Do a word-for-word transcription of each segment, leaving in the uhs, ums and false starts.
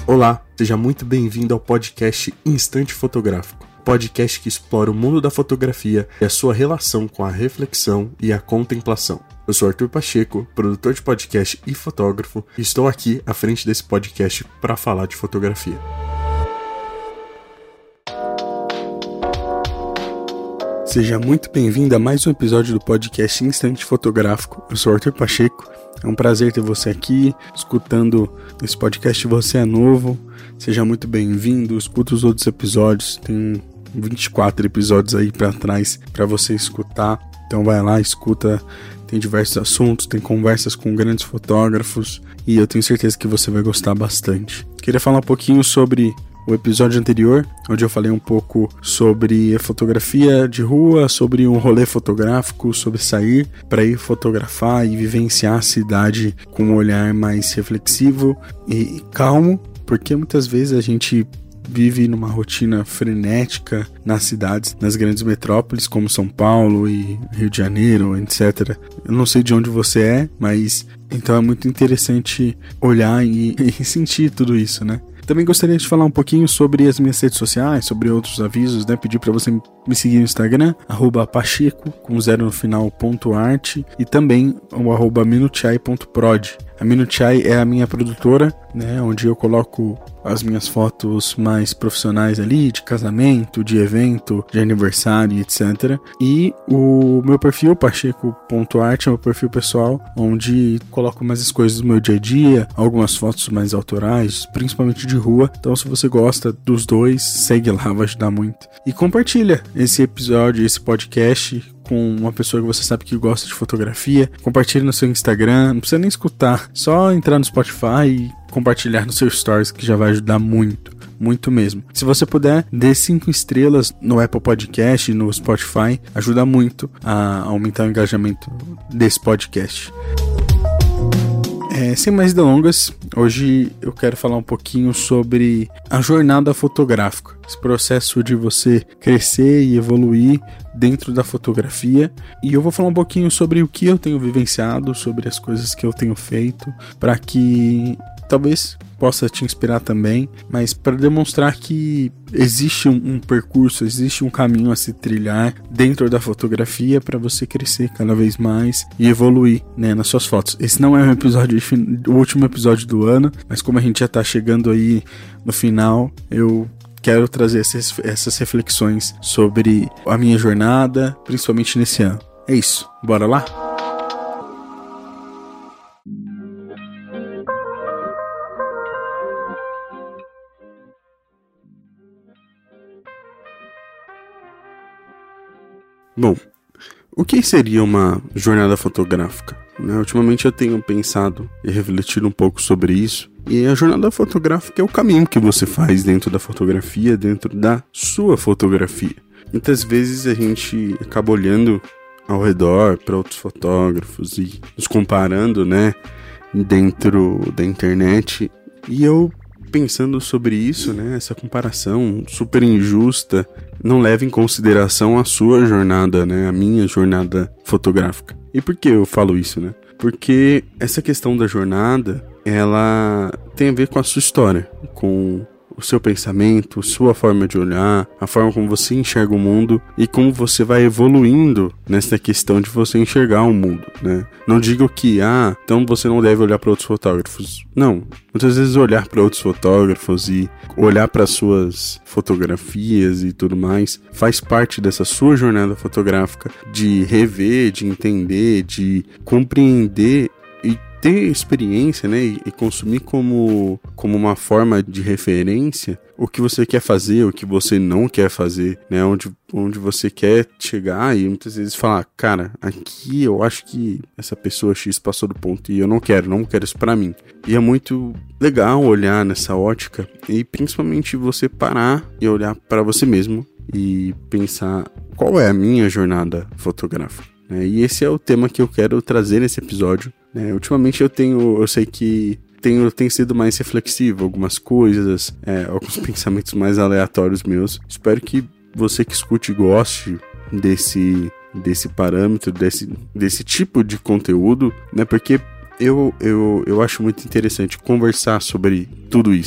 Olá, seja muito bem-vindo ao podcast Instante Fotográfico, podcast que explora o mundo da fotografia e a sua relação com a reflexão e a contemplação. Eu sou Arthur Pacheco, produtor de podcast e fotógrafo, e estou aqui à frente desse podcast para falar de fotografia. Seja muito bem-vindo a mais um episódio do podcast Instante Fotográfico. Eu sou Arthur Pacheco. É um prazer ter você aqui, escutando esse podcast. Você é novo, seja muito bem-vindo, escuta os outros episódios, tem vinte e quatro episódios aí para trás para você escutar, então vai lá, escuta, tem diversos assuntos, tem conversas com grandes fotógrafos e eu tenho certeza que você vai gostar bastante. Queria falar um pouquinho sobre o episódio anterior, onde eu falei um pouco sobre a fotografia de rua, sobre um rolê fotográfico, sobre sair para ir fotografar e vivenciar a cidade com um olhar mais reflexivo e calmo, porque muitas vezes a gente vive numa rotina frenética nas cidades, nas grandes metrópoles como São Paulo e Rio de Janeiro, etcétera. Eu não sei de onde você é, mas então é muito interessante olhar e, e sentir tudo isso, né? Também gostaria de falar um pouquinho sobre as minhas redes sociais, sobre outros avisos, né? Pedir para você me seguir no Instagram, arroba pacheco, com zero no final, ponto arte, e também o arroba minutiai ponto prod. A Minutiai é a minha produtora, né? Onde eu coloco as minhas fotos mais profissionais ali, de casamento, de evento, de aniversário, etcétera. E o meu perfil, pacheco ponto arte, é o meu perfil pessoal, onde coloco mais as coisas do meu dia a dia, algumas fotos mais autorais, principalmente de rua. Então, se você gosta dos dois, segue lá, vai ajudar muito. E compartilha esse episódio, esse podcast com uma pessoa que você sabe que gosta de fotografia. Compartilhe no seu Instagram, não precisa nem escutar, só entrar no Spotify e compartilhar no seu Stories, que já vai ajudar muito, muito mesmo. Se você puder, dê cinco estrelas no Apple Podcast e no Spotify, ajuda muito a aumentar o engajamento desse podcast. É, sem mais delongas, hoje eu quero falar um pouquinho sobre a jornada fotográfica, esse processo de você crescer e evoluir dentro da fotografia, e eu vou falar um pouquinho sobre o que eu tenho vivenciado, sobre as coisas que eu tenho feito, para que talvez possa te inspirar também, mas para demonstrar que existe um, um percurso, existe um caminho a se trilhar dentro da fotografia para você crescer cada vez mais e evoluir, né, nas suas fotos. Esse não é um episódio, o último episódio do ano, mas como a gente já está chegando aí no final, eu quero trazer essas, essas reflexões sobre a minha jornada, principalmente nesse ano. É isso, bora lá? Bom, o que seria uma jornada fotográfica? Né, ultimamente eu tenho pensado e refletido um pouco sobre isso. E a jornada fotográfica é o caminho que você faz dentro da fotografia, dentro da sua fotografia. Muitas vezes a gente acaba olhando ao redor para outros fotógrafos e nos comparando, né, dentro da internet. E eu pensando sobre isso, né, essa comparação super injusta, não leva em consideração a sua jornada, né, a minha jornada fotográfica. E por que eu falo isso, né? Porque essa questão da jornada, ela tem a ver com a sua história, com o seu pensamento, sua forma de olhar, a forma como você enxerga o mundo e como você vai evoluindo nessa questão de você enxergar o mundo, né? Não digo que, ah, então você não deve olhar para outros fotógrafos. Não, muitas vezes olhar para outros fotógrafos e olhar para suas fotografias e tudo mais faz parte dessa sua jornada fotográfica de rever, de entender, de compreender e ter experiência, né, e, e consumir como, como uma forma de referência o que você quer fazer, o que você não quer fazer, né, onde, onde você quer chegar e muitas vezes falar, cara, aqui eu acho que essa pessoa X passou do ponto e eu não quero, não quero isso pra mim. E é muito legal olhar nessa ótica e principalmente você parar e olhar para você mesmo e pensar qual é a minha jornada fotográfica. E esse é o tema que eu quero trazer nesse episódio. É, ultimamente eu tenho, eu sei que tenho, tenho sido mais reflexivo, algumas coisas, é, alguns pensamentos mais aleatórios meus. Espero que você que escute goste desse, desse parâmetro, desse, desse tipo de conteúdo, né? Porque eu, eu, eu acho muito interessante conversar sobre tudo isso.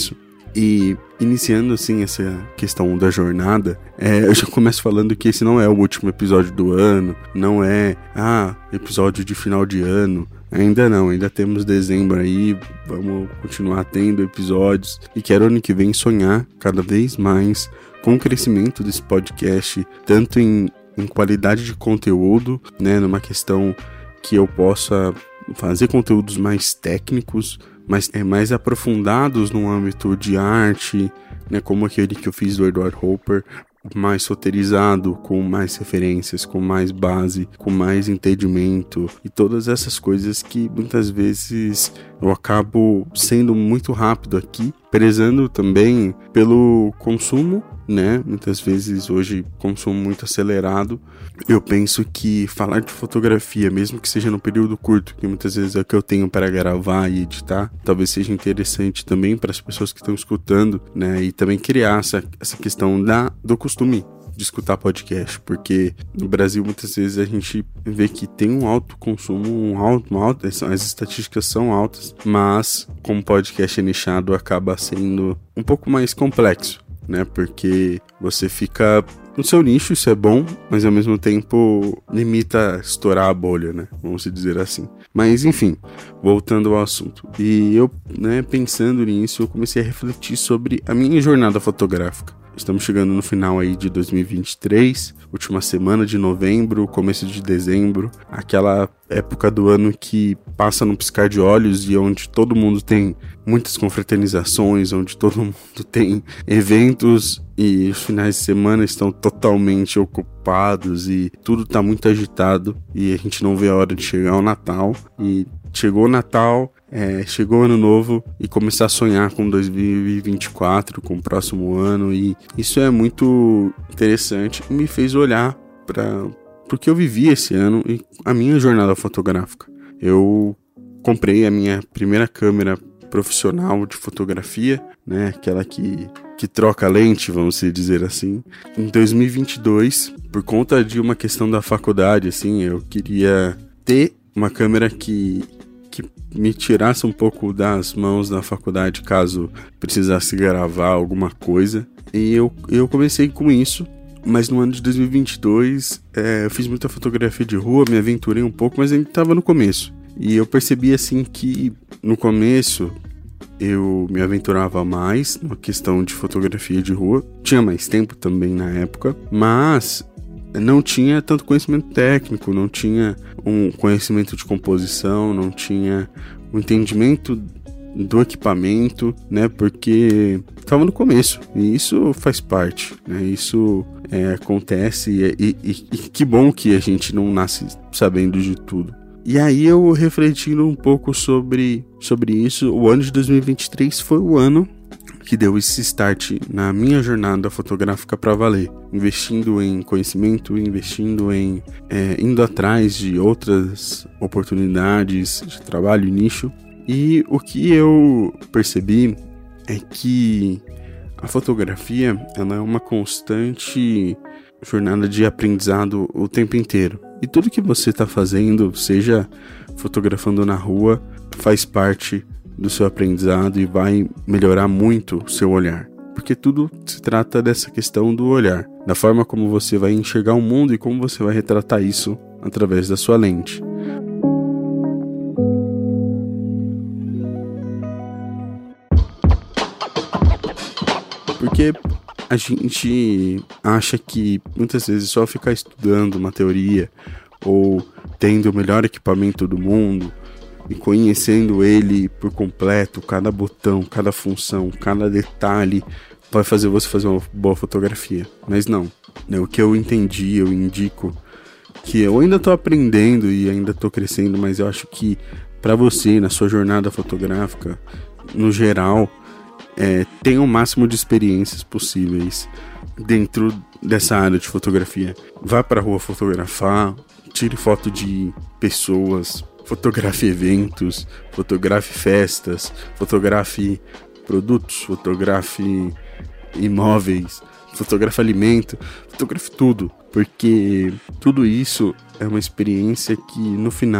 E iniciando assim essa questão da jornada, é, eu já começo falando que esse não é o último episódio do ano, não é, ah, episódio de final de ano, ainda não, ainda temos dezembro aí, vamos continuar tendo episódios, e quero ano que vem sonhar cada vez mais com o crescimento desse podcast, tanto em, em qualidade de conteúdo, né, numa questão que eu possa fazer conteúdos mais técnicos, mas é mais aprofundados no âmbito de arte, né, como aquele que eu fiz do Edward Hopper, mais roteirizado, com mais referências, com mais base, com mais entendimento e todas essas coisas que muitas vezes eu acabo sendo muito rápido aqui, prezando também pelo consumo, né? Muitas vezes hoje consumo muito acelerado. Eu penso que falar de fotografia, mesmo que seja no período curto, que muitas vezes é o que eu tenho para gravar e editar, talvez seja interessante também para as pessoas que estão escutando, né? E também criar essa, essa questão da, do costume de escutar podcast, porque no Brasil muitas vezes a gente vê que tem um alto consumo, um alto, um alto, as estatísticas são altas, mas como podcast é nichado acaba sendo um pouco mais complexo, né? Porque você fica no seu nicho, isso é bom, mas ao mesmo tempo limita a estourar a bolha, né? Vamos dizer assim. Mas enfim, voltando ao assunto. E eu, né, pensando nisso, eu comecei a refletir sobre a minha jornada fotográfica. Estamos chegando no final aí de dois mil e vinte e três, última semana de novembro, começo de dezembro, aquela época do ano que passa num piscar de olhos e onde todo mundo tem muitas confraternizações, onde todo mundo tem eventos e os finais de semana estão totalmente ocupados e tudo está muito agitado e a gente não vê a hora de chegar o Natal. E chegou o Natal, é, chegou o Ano Novo e começar a sonhar com dois mil e vinte e quatro, com o próximo ano, e isso é muito interessante e me fez olhar para o que eu vivi esse ano e a minha jornada fotográfica. Eu comprei a minha primeira câmera profissional de fotografia, né, aquela que, que troca lente, vamos dizer assim, em dois mil e vinte e dois, por conta de uma questão da faculdade, assim, eu queria ter uma câmera que, que me tirasse um pouco das mãos da faculdade caso precisasse gravar alguma coisa, e eu, eu comecei com isso. Mas no ano de dois mil e vinte e dois, é, eu fiz muita fotografia de rua, me aventurei um pouco, mas ainda estava no começo. E eu percebi assim que no começo eu me aventurava mais na questão de fotografia de rua. Tinha mais tempo também na época, mas não tinha tanto conhecimento técnico, não tinha um conhecimento de composição, não tinha um entendimento do equipamento, né, porque estava no começo, e isso faz parte, né, isso é, acontece, e, e, e que bom que a gente não nasce sabendo de tudo. E aí eu refletindo um pouco sobre, sobre isso, o ano de dois mil e vinte e três foi o ano que deu esse start na minha jornada fotográfica para valer, investindo em conhecimento, investindo em é, indo atrás de outras oportunidades de trabalho e nicho. E o que eu percebi é que a fotografia ela é uma constante jornada de aprendizado o tempo inteiro. E tudo que você está fazendo, seja fotografando na rua, faz parte do seu aprendizado e vai melhorar muito o seu olhar. Porque tudo se trata dessa questão do olhar, da forma como você vai enxergar o mundo e como você vai retratar isso através da sua lente. Porque a gente acha que muitas vezes só ficar estudando uma teoria ou tendo o melhor equipamento do mundo e conhecendo ele por completo, cada botão, cada função, cada detalhe, vai fazer você fazer uma boa fotografia. Mas não, né? O que eu entendi, eu indico que eu ainda estou aprendendo e ainda estou crescendo, mas eu acho que para você, na sua jornada fotográfica, no geral, É, tenha o máximo de experiências possíveis dentro dessa área de fotografia. Vá para a rua fotografar, tire foto de pessoas, fotografe eventos, fotografe festas, fotografe produtos, fotografe imóveis, fotografe alimento, fotografe tudo, porque tudo isso é uma experiência que no final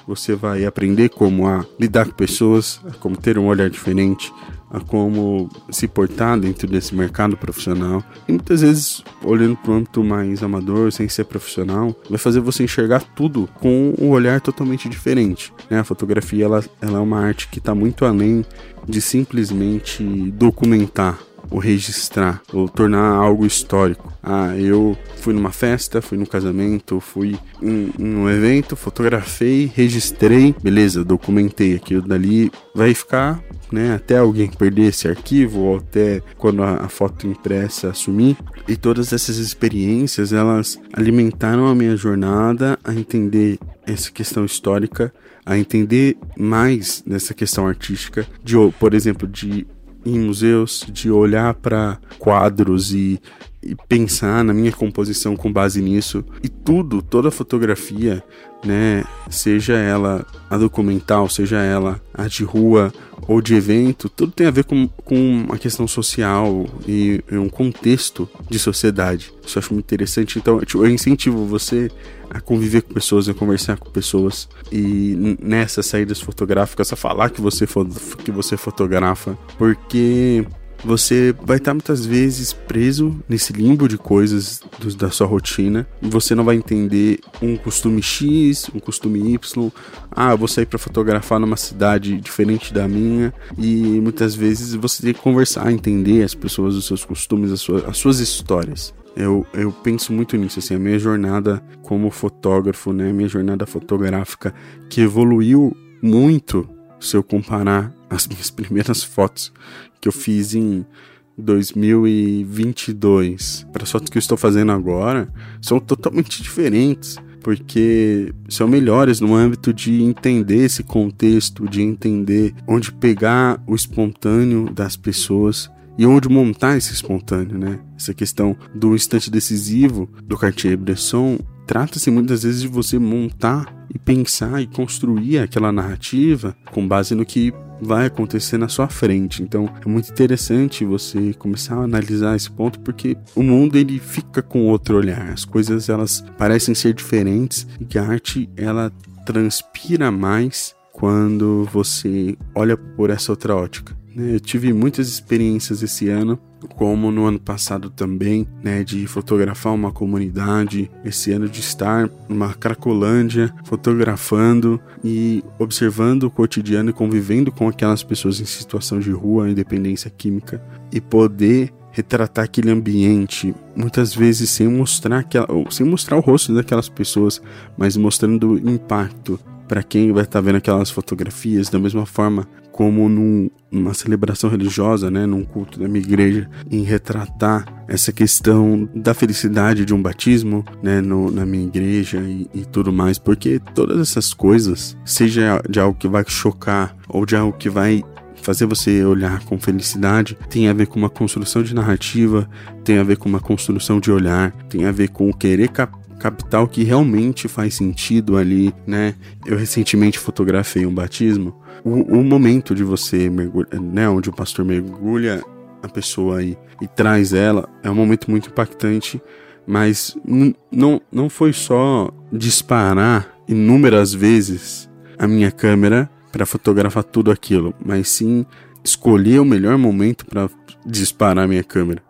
você vai aprender como a lidar com pessoas, a como ter um olhar diferente, a como se portar dentro desse mercado profissional. E muitas vezes, olhando para um âmbito mais amador, sem ser profissional, vai fazer você enxergar tudo com um olhar totalmente diferente, né? A fotografia ela, ela é uma arte que está muito além de simplesmente documentar ou registrar, ou tornar algo histórico. Ah, eu fui numa festa, fui num casamento, fui em, em um evento, fotografei, registrei, beleza, documentei aquilo dali, vai ficar, né, até alguém perder esse arquivo, ou até quando a, a foto impressa sumir. E todas essas experiências, elas alimentaram a minha jornada a entender essa questão histórica, a entender mais dessa questão artística, de, por exemplo, de em museus, de olhar para quadros e, e pensar na minha composição com base nisso. E tudo, toda a fotografia, né, seja ela a documental, seja ela a de rua ou de evento, tudo tem a ver com, com uma questão social e, e um contexto de sociedade. Isso eu acho muito interessante. Então eu incentivo você a conviver com pessoas, a conversar com pessoas, e nessas saídas fotográficas a falar que você, que você fotografa, porque você vai estar muitas vezes preso nesse limbo de coisas do, da sua rotina, e você não vai entender um costume X, um costume Y. Ah, eu vou sair para fotografar numa cidade diferente da minha, e muitas vezes você tem que conversar, entender as pessoas, os seus costumes, as suas, as suas histórias. Eu, eu penso muito nisso, assim, a minha jornada como fotógrafo, né, a minha jornada fotográfica, que evoluiu muito se eu comparar as minhas primeiras fotos que eu fiz em dois mil e vinte e dois para as fotos que eu estou fazendo agora, são totalmente diferentes, porque são melhores no âmbito de entender esse contexto, de entender onde pegar o espontâneo das pessoas e onde montar esse espontâneo, né? Essa questão do instante decisivo do Cartier-Bresson trata-se muitas vezes de você montar e pensar e construir aquela narrativa com base no que vai acontecer na sua frente. Então é muito interessante você começar a analisar esse ponto, porque o mundo ele fica com outro olhar, as coisas elas parecem ser diferentes e a arte ela transpira mais quando você olha por essa outra ótica. Eu tive muitas experiências esse ano, como no ano passado também, né, de fotografar uma comunidade, esse ano de estar numa Cracolândia, fotografando e observando o cotidiano e convivendo com aquelas pessoas em situação de rua, independência química, e poder retratar aquele ambiente, muitas vezes sem mostrar, aquela, sem mostrar o rosto daquelas pessoas, mas mostrando o impacto para quem vai estar vendo aquelas fotografias, da mesma forma como num, numa celebração religiosa, né, num culto da minha igreja, em retratar essa questão da felicidade de um batismo, né, no, na minha igreja e, e tudo mais, porque todas essas coisas, seja de algo que vai chocar ou de algo que vai fazer você olhar com felicidade, tem a ver com uma construção de narrativa, tem a ver com uma construção de olhar, tem a ver com o querer captar capital que realmente faz sentido ali, né? Eu recentemente fotografei um batismo. O, o momento de você mergulhar, né? Onde o pastor mergulha a pessoa aí e traz ela, é um momento muito impactante, mas n- não, não foi só disparar inúmeras vezes a minha câmera para fotografar tudo aquilo, mas sim escolher o melhor momento para disparar a minha câmera.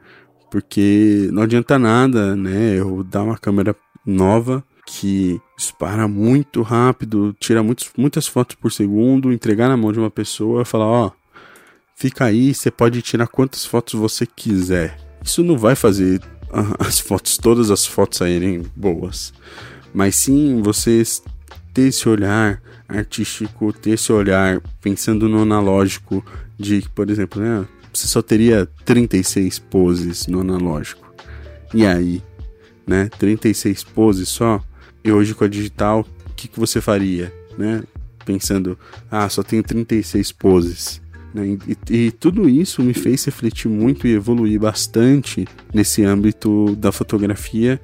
Porque não adianta nada, né? Eu dar uma câmera nova que dispara muito rápido, tira muitos, muitas fotos por segundo, entregar na mão de uma pessoa e falar, ó, fica aí, você pode tirar quantas fotos você quiser. Isso não vai fazer as fotos, todas as fotos saírem boas, mas sim você ter esse olhar artístico, ter esse olhar pensando no analógico de, por exemplo, né, você só teria trinta e seis poses no analógico. E aí, né, trinta e seis poses só, e hoje com a digital, o que, que você faria, né? Pensando, ah, só tenho trinta e seis poses, né? E, e tudo isso me fez refletir muito e evoluir bastante nesse âmbito da fotografia,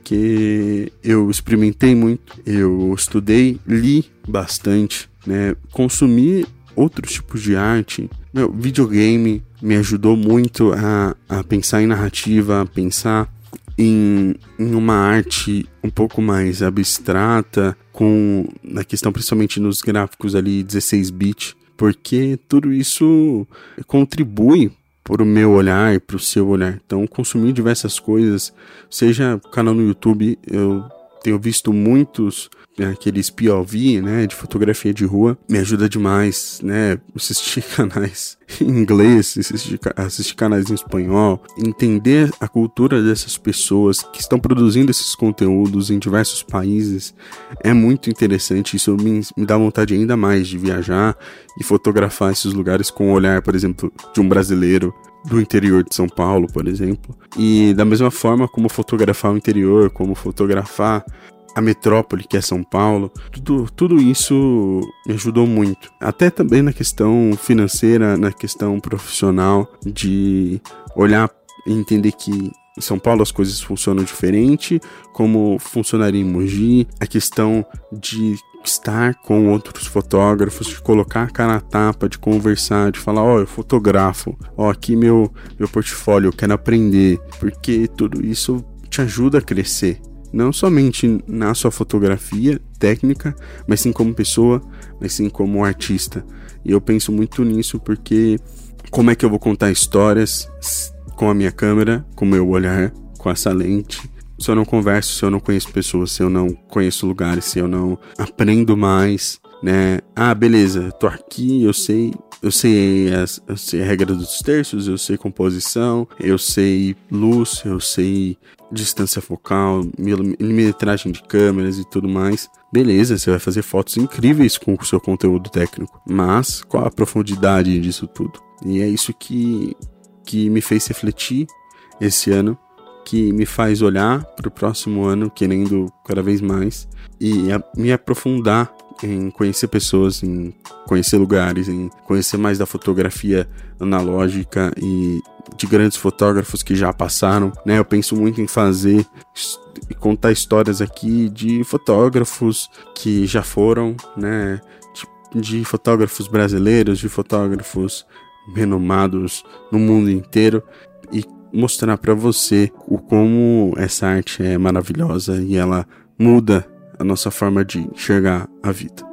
porque eu experimentei muito, eu estudei, li bastante, né? Consumi outros tipos de arte. Meu, videogame me ajudou muito a, a pensar em narrativa, a pensar em, em uma arte um pouco mais abstrata, com na questão principalmente nos gráficos ali dezesseis bit, porque tudo isso contribui para o meu olhar e para o seu olhar. Então, consumir diversas coisas, seja canal no YouTube, eu tenho visto muitos, aqueles P O V, né, de fotografia de rua, me ajuda demais, né, assistir canais em inglês, assistir, assistir canais em espanhol, entender a cultura dessas pessoas que estão produzindo esses conteúdos em diversos países, é muito interessante. Isso me, me dá vontade ainda mais de viajar e fotografar esses lugares com o olhar, por exemplo, de um brasileiro do interior de São Paulo, por exemplo. E da mesma forma como fotografar o interior, como fotografar a metrópole que é São Paulo, tudo, tudo isso me ajudou muito. Até também na questão financeira, na questão profissional, de olhar e entender que em São Paulo as coisas funcionam diferente, como funcionaria em Mogi, a questão de estar com outros fotógrafos, de colocar a cara na tapa, de conversar, de falar, ó, oh, eu fotografo, ó, oh, aqui meu, meu portfólio, eu quero aprender, porque tudo isso te ajuda a crescer, não somente na sua fotografia técnica, mas sim como pessoa, mas sim como artista. E eu penso muito nisso porque como é que eu vou contar histórias com a minha câmera, com o meu olhar, com essa lente, se eu não converso, se eu não conheço pessoas, se eu não conheço lugares, se eu não aprendo mais, né? Ah, beleza, tô aqui, eu sei, eu sei, as, eu sei a regra dos terços, eu sei composição, eu sei luz, eu sei distância focal, milimetragem de câmeras e tudo mais. Beleza, você vai fazer fotos incríveis com o seu conteúdo técnico, mas qual a profundidade disso tudo? E é isso que, que me fez refletir esse ano, que me faz olhar para o próximo ano querendo cada vez mais e a, me aprofundar em conhecer pessoas, em conhecer lugares, em conhecer mais da fotografia analógica e de grandes fotógrafos que já passaram, né? Eu penso muito em fazer e contar histórias aqui de fotógrafos que já foram, né? De, de fotógrafos brasileiros, de fotógrafos renomados no mundo inteiro e mostrar para você o como essa arte é maravilhosa e ela muda a nossa forma de enxergar a vida.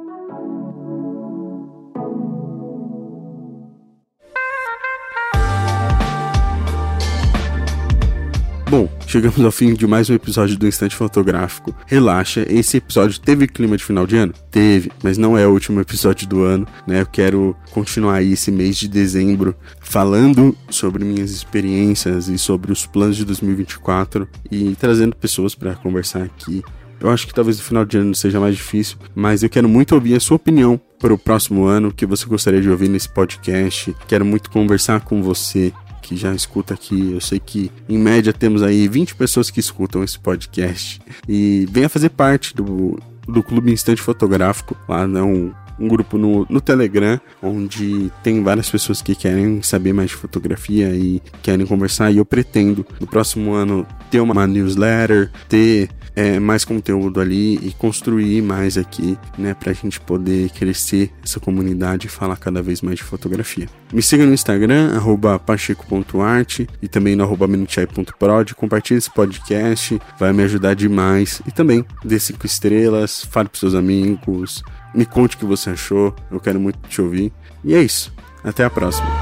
Bom, chegamos ao fim de mais um episódio do Instante Fotográfico. Relaxa, esse episódio teve clima de final de ano? Teve, mas não é o último episódio do ano, né? Eu quero continuar aí esse mês de dezembro falando sobre minhas experiências e sobre os planos de dois mil e vinte e quatro e trazendo pessoas para conversar aqui. Eu acho que talvez no final de ano seja mais difícil, mas eu quero muito ouvir a sua opinião para o próximo ano, o que você gostaria de ouvir nesse podcast. Quero muito conversar com você que já escuta aqui. Eu sei que em média temos aí vinte pessoas que escutam esse podcast e venha fazer parte do, do Clube Instante Fotográfico, lá não um grupo no, no Telegram, onde tem várias pessoas que querem saber mais de fotografia e querem conversar, e eu pretendo no próximo ano ter uma, uma newsletter, ter é, mais conteúdo ali e construir mais aqui, né, pra gente poder crescer essa comunidade e falar cada vez mais de fotografia. Me siga no Instagram, arroba pacheco ponto art, e também no arroba minuchai ponto prod. Compartilhe esse podcast, vai me ajudar demais. E também dê cinco estrelas, fale pros seus amigos, me conte o que você achou, eu quero muito te ouvir. E é isso, até a próxima.